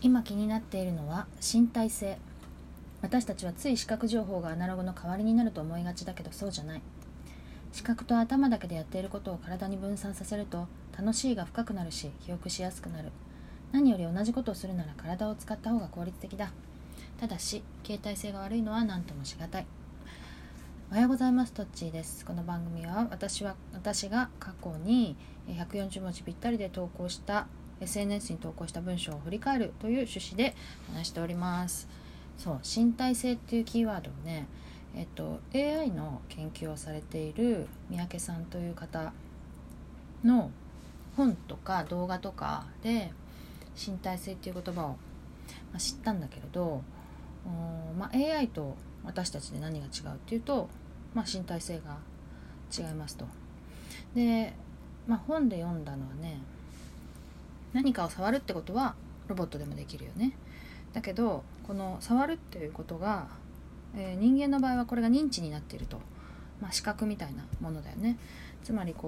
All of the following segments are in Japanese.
今気になっているのは身体性。私たちはつい視覚情報がアナログの代わりになると思いがちだけど、そうじゃない。視覚と頭だけでやっていることを体に分散させると、楽しいが深くなるし、記憶しやすくなる。何より同じことをするなら体を使った方が効率的だ。ただし形態性が悪いのは何ともしがたい。おはようございます。トッチーです。この番組は私が過去に140文字ぴったりで投稿した SNS に投稿した文章を振り返るという趣旨で話しております。そう、身体性っていうキーワードをね、AI の研究をされている三宅さんという方の本とか動画とかで身体性っていう言葉を知ったんだけれど、AI と私たちで何が違うっていうと、身体性が違いますと。で、本で読んだのはね、何かを触るってことはロボットでもできるよね。だけどこの触るっていうことが、人間の場合はこれが認知になっていると、視覚みたいなものだよね。つまり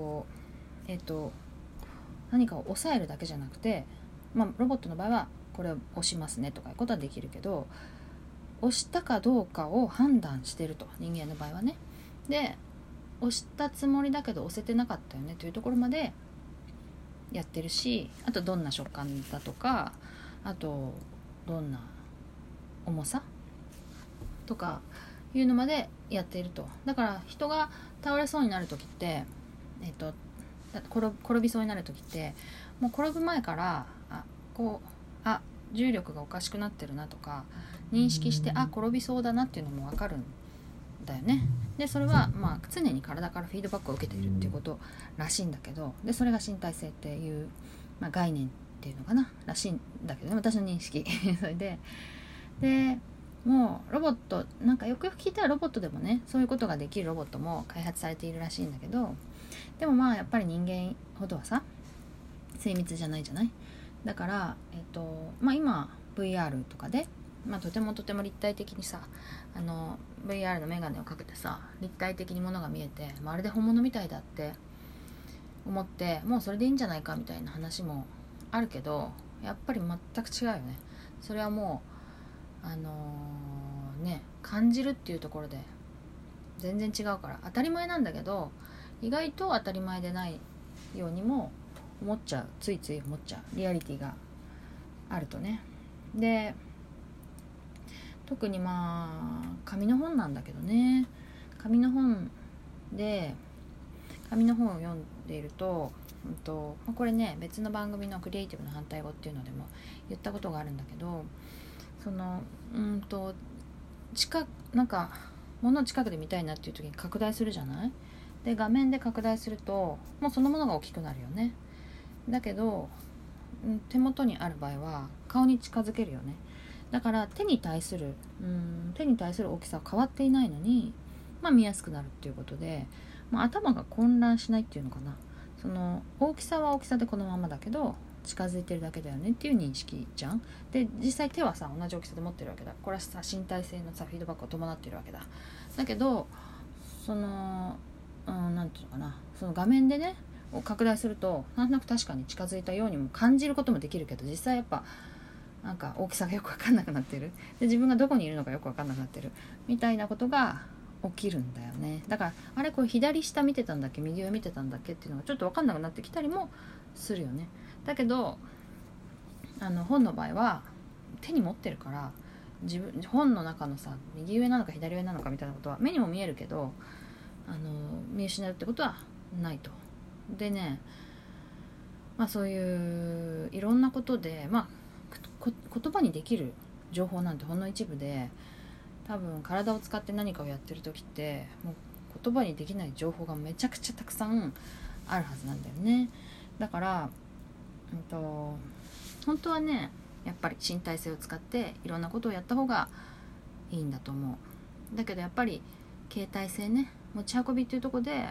何かを押さえるだけじゃなくて、ロボットの場合はこれを押しますねとかいうことはできるけど、押したかどうかを判断していると、人間の場合はね。で、押したつもりだけど押せてなかったよねというところまでやってるし、あとどんな食感だとか、あとどんな重さとかいうのまでやっていると。だから人が倒れそうになるときって、転びそうになるときって、もう転ぶ前から重力がおかしくなってるなとか認識して、転びそうだなっていうのも分かるんだよね。でそれは常に体からフィードバックを受けているっていうことらしいんだけど、でそれが身体性っていう、概念っていうのかならしいんだけどね、私の認識それでもうロボットよくよく聞いたらロボットでもね、そういうことができるロボットも開発されているらしいんだけど、でもやっぱり人間ほどはさ精密じゃないじゃない。だから、今 VR とかで、とても立体的にさ、VR のメガネをかけてさ、立体的に物が見えて、まるで本物みたいだって思って、もうそれでいいんじゃないかみたいな話もあるけど、やっぱり全く違うよね。それはもう感じるっていうところで全然違うから、当たり前なんだけど意外と当たり前でないようにもついつい思っちゃう、リアリティがあるとね。で特に紙の本なんだけどね、紙の本を読んでいると、これね、別の番組のクリエイティブの反対語っていうのでも言ったことがあるんだけど、物を近くで見たいなっていう時に拡大するじゃない。で画面で拡大するともうそのものが大きくなるよね。だけど手元にある場合は顔に近づけるよね。だから手に対する大きさは変わっていないのに、見やすくなるっていうことで、頭が混乱しないっていうのかな。その大きさは大きさでこのままだけど近づいてるだけだよねっていう認識じゃん。で実際手はさ同じ大きさで持ってるわけだ。これはさ身体性のさフィードバックを伴ってるわけだ。だけどなんていうのかな、その画面でね拡大するとなんとなく確かに近づいたようにも感じることもできるけど、実際やっぱ大きさがよく分かんなくなってる。で自分がどこにいるのかよく分かんなくなってるみたいなことが起きるんだよね。だからこれ左下見てたんだっけ右上見てたんだっけっていうのがちょっと分かんなくなってきたりもするよね。だけど本の場合は手に持ってるから、本の中のさ右上なのか左上なのかみたいなことは目にも見えるけど見失うってことはないと。でね、そういういろんなことで言葉にできる情報なんてほんの一部で、多分体を使って何かをやってる時ってもう言葉にできない情報がめちゃくちゃたくさんあるはずなんだよね。だから本当はね、やっぱり身体性を使っていろんなことをやった方がいいんだと思う。だけどやっぱり形態性ね、持ち運びっていうところで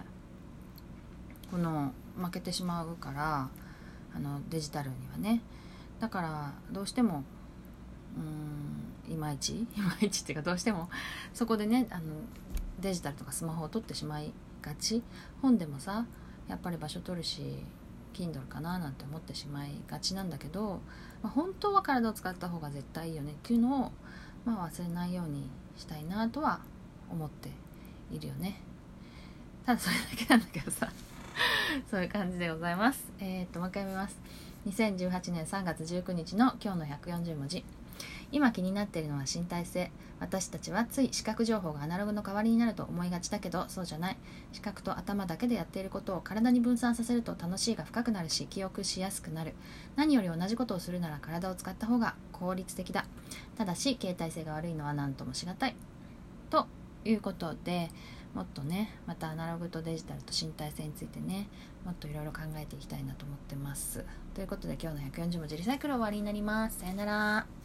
負けてしまうから、デジタルにはね。だからどうしてもいまいちっていうか、どうしてもそこでねデジタルとかスマホを取ってしまいがち。本でもさやっぱり場所取るし Kindle かななんて思ってしまいがちなんだけど、本当は体を使った方が絶対いいよねっていうのを、忘れないようにしたいなとは思っているよね。ただそれだけなんだけどさそういう感じでございます。もう一回読みます。2018年3月19日の今日の140文字。今気になっているのは身体性。私たちはつい視覚情報がアナログの代わりになると思いがちだけど、そうじゃない。視覚と頭だけでやっていることを体に分散させると楽しいが深くなるし、記憶しやすくなる。何より同じことをするなら体を使った方が効率的だ。ただし携帯性が悪いのは何ともしがたい。ということで、もっとね、またアナログとデジタルと身体性についてね、もっといろいろ考えていきたいなと思ってます。ということで今日の140文字リサイクル終わりになります。さよなら。